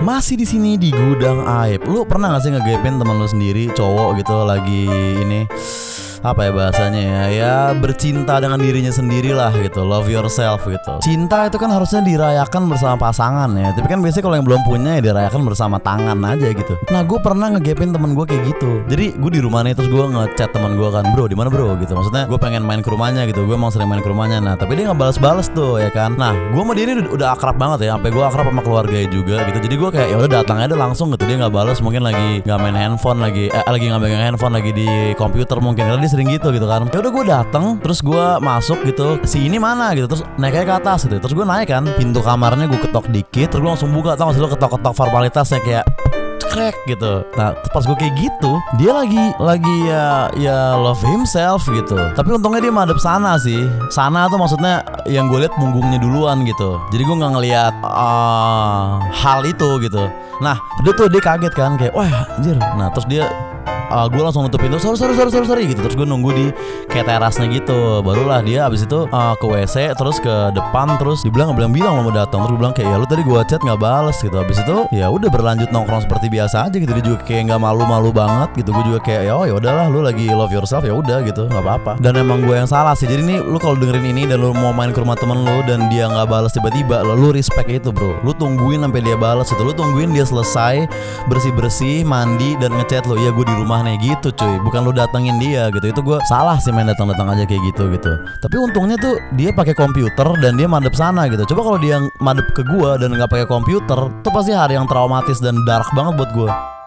masih di sini di gudang aib. Lu pernah gak sih ngegepin teman lu sendiri cowok gitu lagi ini apa ya bahasanya ya bercinta dengan dirinya sendiri lah gitu, love yourself gitu. Cinta itu kan harusnya dirayakan bersama pasangan ya, tapi kan biasanya kalau yang belum punya ya dirayakan bersama tangan aja gitu. Nah gue pernah ngegepin temen gue kayak gitu. Jadi gue di rumah nih terus gue ngechat temen gue kan, bro di mana bro gitu, maksudnya gue pengen main ke rumahnya gitu, gue emang sering main ke rumahnya. Nah tapi dia nggak balas-balas tuh ya kan. Nah gue sama dia ini udah akrab banget ya, sampai gue akrab sama keluarganya juga gitu. Jadi gue kayak ya udah datang aja langsung gitu, dia nggak balas, mungkin lagi nggak main handphone, lagi nggak megang handphone, lagi di komputer mungkin, karena dia sering gitu kan. Ya udah gue datang, terus gue masuk gitu, si ini mana gitu, terus naik aja ke atas gitu. Terus gue naik kan, pintu kamarnya gue ketok dikit, terus gue langsung buka, tau gak sih lo ketok-ketok formalitasnya kayak crack gitu. Nah pas gue kayak gitu, dia lagi ya love himself gitu. Tapi untungnya dia madep sana sih. Sana tuh maksudnya yang gue lihat punggungnya duluan gitu. Jadi gue nggak ngelihat hal itu gitu. Nah dia kaget kan kayak wah anjir. Nah terus dia gue langsung nutup pintu, sorry gitu. Terus gue nunggu di kayak terasnya gitu. Barulah dia abis itu ke WC, terus ke depan, terus dibilang nggak bilang mau datang. Terus gue bilang kayak ya lu tadi gue chat nggak balas gitu. Abis itu ya udah berlanjut nongkrong seperti biasa aja gitu. Dia juga kayak nggak malu banget gitu. Gue juga kayak ya udahlah, lu lagi love yourself ya udah gitu, nggak apa-apa. Dan emang gue yang salah sih. Jadi nih lu kalau dengerin ini dan lu mau main ke rumah temen lu dan dia nggak balas tiba-tiba, lu respect itu bro. Lu tungguin sampai dia balas gitu. Lu tungguin dia selesai bersih mandi dan ngechat lu, ya gue di rumah nih gitu cuy, bukan lu datengin dia gitu. Itu gue salah sih main datang aja kayak gitu. Tapi untungnya tuh dia pakai komputer dan dia madep sana gitu. Coba kalau dia madep ke gue dan nggak pakai komputer, tuh pasti hari yang traumatis dan dark banget buat gue.